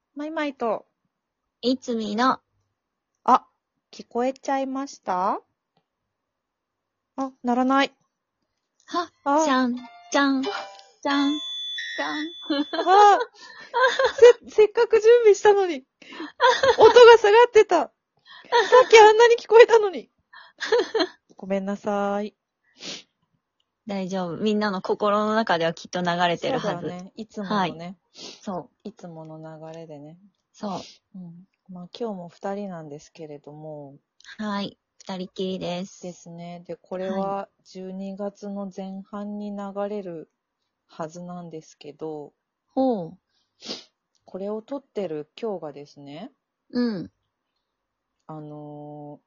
マイマイと、 いつみの、 あ、聞こえちゃいました？あ、ならない。 は、 あ、 ちゃん、ちゃん、ちゃん、ちゃん。 あ、せっかく準備したのに、音が下がってた。さっきあんなに聞こえたのに。ごめんなさい。 大丈夫。みんなの心の中ではきっと流れてるはず。 そうだよね。いつもはい。 のね。 そう。 いつもの流れでね。 そうん。まあ今日も2人なんですけれども。 う。はい。二人きりです。 ですね。で、これはい。 は12月の前半に流れるはずなんですけど、 ほう。 これを撮ってる今日がですね、 うん。 あの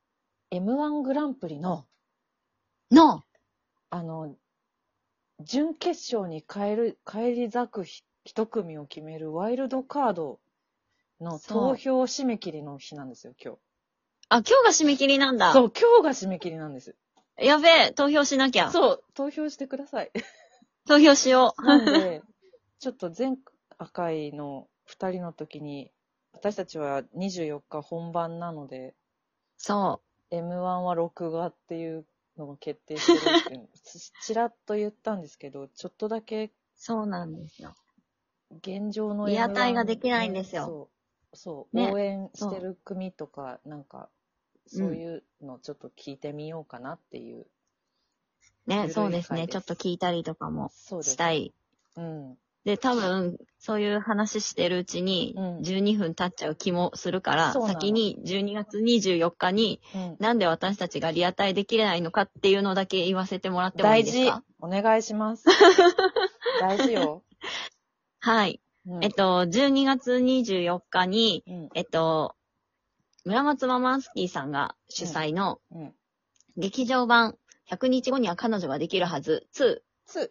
M1 グランプリの、 の、 あの、準決勝に返り咲く一組を決めるワイルドカードの投そう。 票締め切りの日なんですよ、今日。 あ、今日が締め切りなんだ。 そう、今日が締め切りなんです。 やべえ、投票しなきゃ。 そう、投票してください。 投票しよう。 なんで、ちょっと前回の2人の時に、私たちは24日本番なので、 そ M1 は録画っていうのが決定してるっていうのちらっと言ったんですけど、ちょっとだけう。そうなんですよ。 現状のリアタイが M1 できないんね、 ですよ。 そう、 ね。 応援してそる組とか、なんか、 う。うん。 そういうのちょっと聞いてみようかなっていう、 ね、 ゆるいそうですね。ちょっと回です。 聞いたりとかもそうです。 したい。 うん。 で、多分、そういう話してるうちに、 うん。 12分経っちゃう気もするから、 そうなの。 先に12月24日に、 うん。 なんで私たちがリアタイできれないのかっていうのだけ言わせてもらってもいい大事。 ですか？ お願いします。大事よ。 はい。 うん。 12月24日に、 うん。 村松ママンスキーさんが主催のうん。 劇場版100日後には彼女ができるはず2、 2。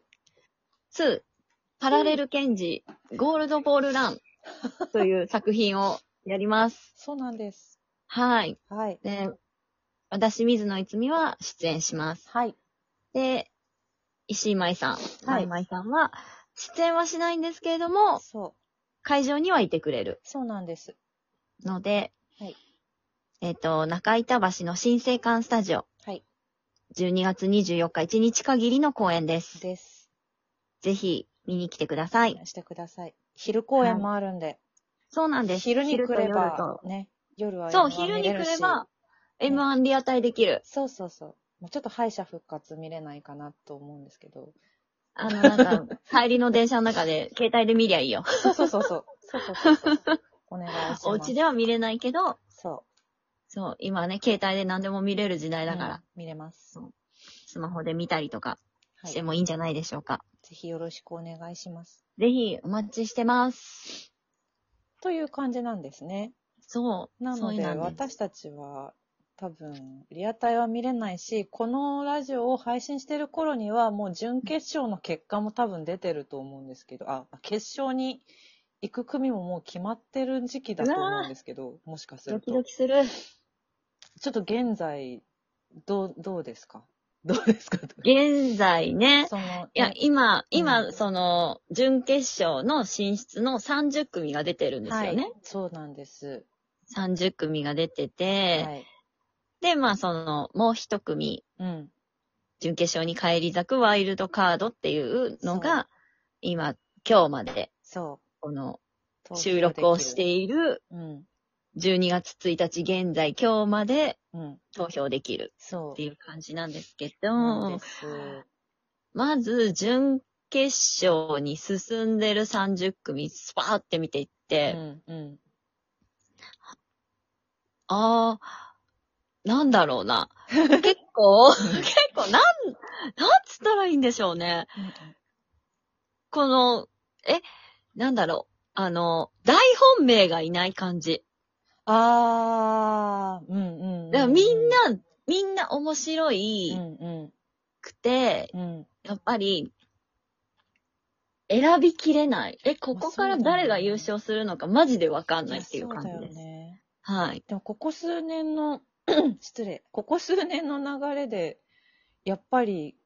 2、パラレルケンジ、ゴールドボールランという作品をやります。 そうなんです。 はい。 はい。 で、私、水野いつみは出演します。 はい。 で、石井舞さん、 はい。 舞さんは出演はしないんですけれども、 そう。 会場にはいてくれるそうなんです。 ので、 はい。 中板橋の新生館スタジオ、 はい。 12月24日1日限りの公演です。 です。 ぜひ見に来てください。 してください。昼公演もあるんで。 そうなんです。 昼に来昼とれば、 夜と。 ね、夜はそう、 M1 昼に見れるし、 来れば、 ね。 M1 リアタイできる。 そうそうそう。もうちょっと敗者復活見れないかなと思うんですけど。 帰りの電車の中で、携帯で見りゃいいよ。 そうそうそうそう。そうそうそうそう。お願いしおます。 家では見れないけど、 そそう、今ね、携帯で何でも見れる時代う。 だから、 見れます。 そう、スマホで見たりとかはい。 してもいいんじゃないでしょうか。 ぜひよろしくお願いします。 ぜひお待ちしてます。 という感じなんですね。 そう、 なので、 そういうなんです。 私たちは多分、リアタイは見れないし、このラジオを配信してる頃には、もう準決勝の結果も多分出てると思うんですけど、決勝に行く組ももう決まってる時期だと思うんですけど、もしかすドキドると。 キする。 ちょっと現在、どうですか？どうですか？ 現在ね、 そのいや、 ね、 今、 うん、 準決勝の進出の30組が出てるんですはい、 よね。 そうなんです。 30組が出てて、 はい、 で、もう一組、 うん、 準決勝に返り咲くワイルドカードっていうのそう、 が、今、今日まで、 そう、 この投収票できる。 録をしているうん、 12月1日現在、今日までうん、 投票できるっそていう感じなんですけうなんでど、 す。 まず、準決勝に進んでる30組、スパーって見ていって、 うん、うん。 あなんだろうな。結構、なんつったらいいんでしょうね。 うん、 この、え、なんだろう。大本命がいない感じ。 あー、うん、うん、 だからうん、 みんな面白うん、 いうん、 くて、 うん。 やっぱり選びきれない。こまあ、 こからそうだよ誰が優ね。 勝するのかマジでわかんいや、 ないっていうそうだよ感じです。 ね。 はい。 でも、ここ数年の失礼。ここ数年の流れで、やっぱり、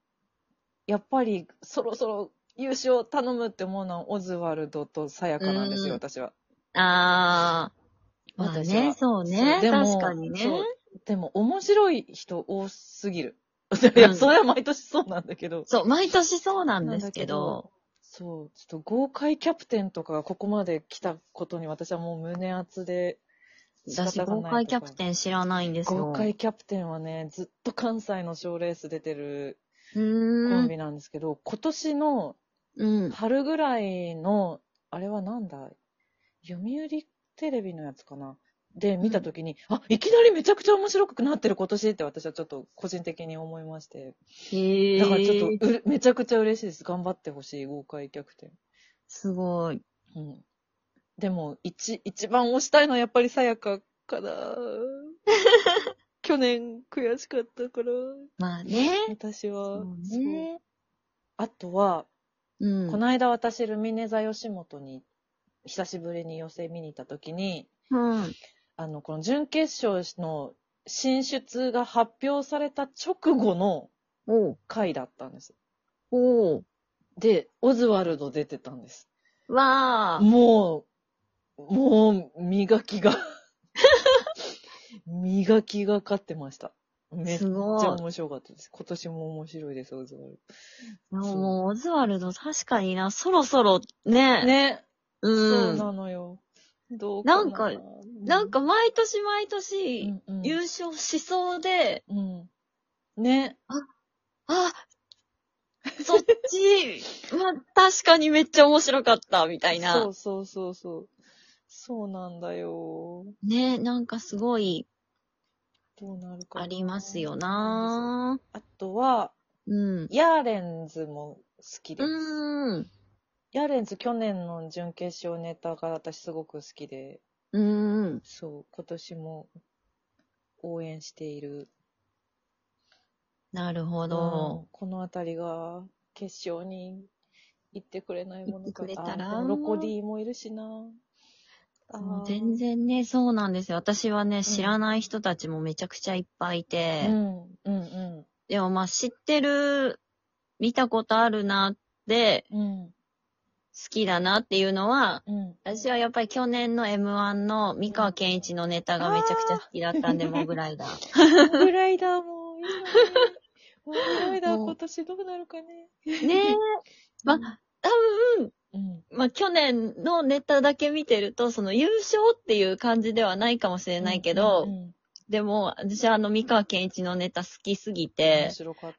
そろそろ優勝頼むって思うのは、オズワルドとさやうかなんですよ、 ーん。 私は。 あー。まあ私はね、そうね。 そうでも確かにね。 そうでも面白い人多すぎる。いや、 うんそれは毎年そうなんだけど。 そう、毎年そうなんなんだですけけど、 ど。 そう、ちょっと豪快キャプテンとかがここまで来たことに私はもう胸熱で仕私、 方が豪ないとか。 快キャプテン知らないんです豪よ。 快キャプテンはね、ずっと関西の賞レース出てるうコーん。 ンビなんですけど、今年のうん。 春ぐらいの、あれはなんだ、読売テレビのやつかなで見たときに、あ、いきなりめちゃくちゃ面白くなってる今年って私はちょっと個人的に思いまして。だからちょっとへー。 めちゃくちゃ嬉しいです。頑張ってほしい、豪快キャプテン。 すごい。 うん。でも、一番推したいのはやっぱりさやかかな。去年悔しかったから、 まあね。 私は。 そうそう。 ね。 あとは、 うん。 この間私、ルミネ座吉本に久しぶりに寄席見に行った時に、 うん。 この準決勝の進出が発表された直後のおう。 回だったんです。 おう。 で、オズワルド出てたんです。 わー。 もう、磨きがかってました。めっすちゃごい。 面白かったです。今年も面白いです、オズワルド。そもう、オズワルド、確かにな、そろそろね。 ね。そううん。 なのよ。どうかな。 なんか、なんか毎年毎年うんうん。 優勝しそうで、 うん。ね。 あ、そっち、まあ、確かにめっちゃ面白かった、みたいな。 そうそうそうそう。そうなんだよ。 ね、なんかすごいどうなるかな。 ありますよなんです。 な。 あとは、 うん。 ヤーレンズも好きうです。 ーん。 ヤーレンズ去年の準決勝ネタが私すごく好きで、 うーん。 そう、今年も応援している。 なるほうど。 ん、このあたりが決勝に行ってくれない言ってくものか。あー、でれたら、 もロコデもィもいるしな。あう全ー、 然ね、そうなんですよ。私はね、 うん、 知らない人たちもめちゃくちゃいっぱいいて、 うん、うん、うでもまあ知ってる、見たことあるなってん、うん、 好きだなっていうのは、 うん。 私はやっぱり去年の M1 の三河健一のネタがめちゃくちゃ好あきだったんで、モグライダー、モグライダーもいいのに。モグライー。 ダーも今年どうなるかね。 う、ねえ、まうん、 あ、多分、 うん、 まあ去年のネタだけ見てると、その優勝っていう感じではないかもしれないうん、うん、うけど、 ん。 でも、私は三河健一のネタ好きすぎ面て、 白かった。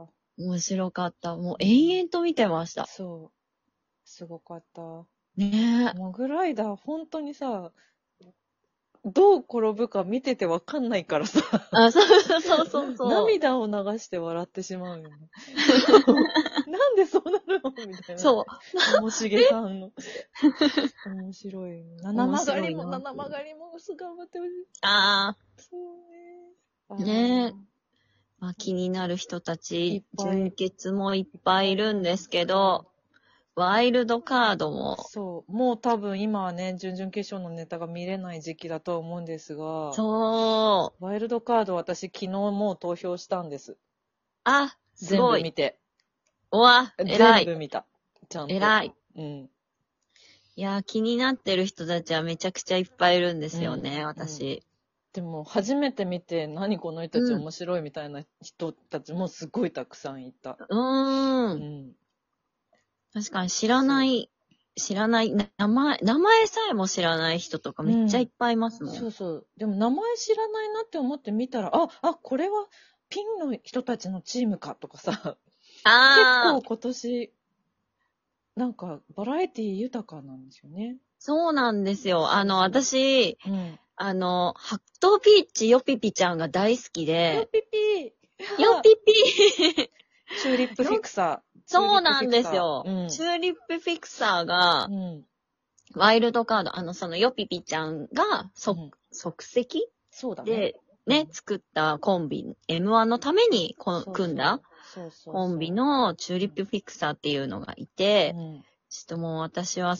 面白かった。もううん、 延々と見てました。 そう、すごかった。 ねえ。 モグライダー、本当にさ、どう転ぶか見ててわかんないからさ、 あ、そうそうそうそう。 涙を流して笑ってしまうよね。なんでそうなるのみたいな。 そともしげさんの。面白い。 う。面白いな七っていう。 曲りも頑張ってほしい。 あそうね。ああ、ねえ。 ーまあ、気になる人たち、 いっぱ純い、 潔もいっぱいいるんですけど、ワイルドカードも、 そう。もう多分今はね、準々決勝のネタが見れない時期だとは思うんですが、 そう。 ワイルドカード私昨日もう投票したんです。 あ、す全ごい。 部見て。 うわ、偉い。 全部見た。ちゃんと。 偉い。 うん。 いやー、気になってる人たちはめちゃくちゃいっぱいいるんでうん。 すよね、 うん。 私。 でも、初めて見て、何この人たちうん。 面白いみたいな人たちもすごいたくさんいた。 うーん。 うん。 確かにそ知らない、名前さえも知らない人とかう。うん。 めっちゃいっぱいいますもん。 そうそう。でも、名前知らないなって思って見たら、これはピンの人たちのチームかとかさ、結あー、 構今年、なんか、バラエティ豊かなんですよね。 そうなんですよ。 そうそう。 私、 うん。 ハットピッチヨピピちゃんが大好きで、 よぴぴヨピピチューリップフィよクサー。チューリップフそうなんィクサですよ。 ー。 チューリップフィクサーが、 うん。うん。 ワイルドカード、そのヨピピちゃんが、 うん。 即席そうだね。 で、ね、作ったコンビ、M1 のためにそう組んだそうそうコンビそのチューリップフィクサーっていうのがいう。うて、 ん。 ちょっともう私は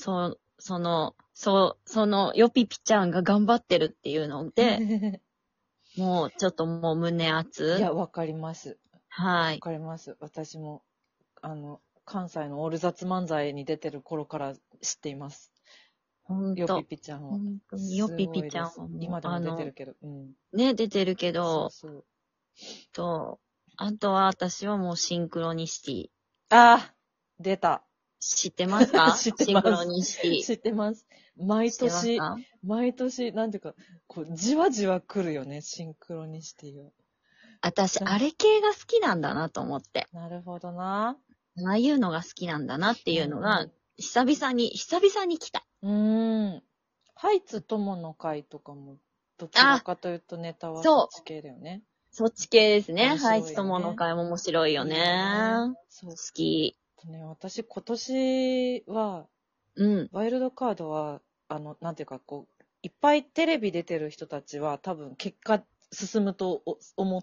そのヨピピちゃんが頑張ってるっていうので、もうちょっともう胸熱。 いや、わかります。わはい。 かります。私も、関西のオール雑漫才に出てる頃から知っています。 よほんと。 ぴぴちゃんは。 本当によぴぴちゃんはすごいもうです今でも出てるけど。 ね、出てるけど、 そう。 あとは私はもうシンクロニシティ。 ああ出た。 知ってますか知ってますシンクロニシティ。 知ってます。毎知ってます年、 かなんていうか、じわじわ来るよね、シンクロニシティが。 私、あれ系が好きなんだなと思って。 なるほどな。 ああいうのが好きなんだなっていうのが、 うん久々に来た。 ハイツ友の会とかも、どちらかというとネタはそっち系だよね。 そっち系ですね。 面白いよねハイツ友の会も面白いよね。 いいよねそう好き。 私今年は、 うん。 ワイルドカードは、なんていうか、いっぱいテレビ出てる人たちは多分結果進むと思って、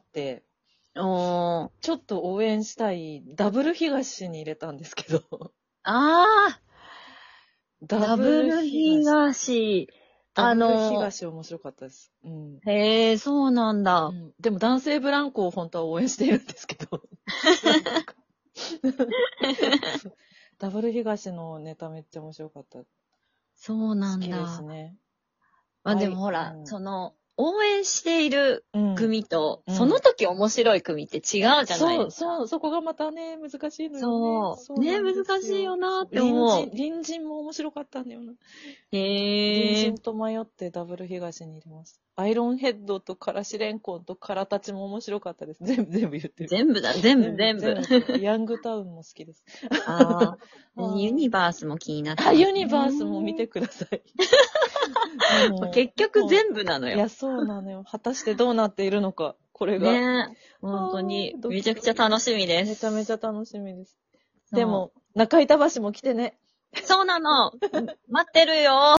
おー。 ちょっと応援したいダブル東に入れたんですけど。 あー。 ダダブル東。 ダブル東面白かったです。 へえ、そうなんだ。 でも男性ブランコを本当は応援しているんですけど。ダブル東のネタめっちゃ面白かった。 そうなんだ。 好きですね。 まあでもほら、応援している組と、その時面白い組って違うじゃないですか。 そこがまたね、難しいのよね。 そう。ね、難しいよなって思う。 隣人も面白かったんだよな。 へ隣人と迷ってダブル東に入れます。アイロンヘッドとからしれんこんとからたちも面白かったです。全部言ってる。 全部だ、全部。 ヤングタウンも好きです。 ああ。ユニバースも気になってます。ユニバースも見てください。 結局全部なのよ。 いや、そうなのよ。果たしてどうなっているのか、これが。 ね本当に。めちゃくちゃ楽しみです。 めちゃめちゃ楽しみです。でも、中板橋も来てね。 そうなの。待ってるよ。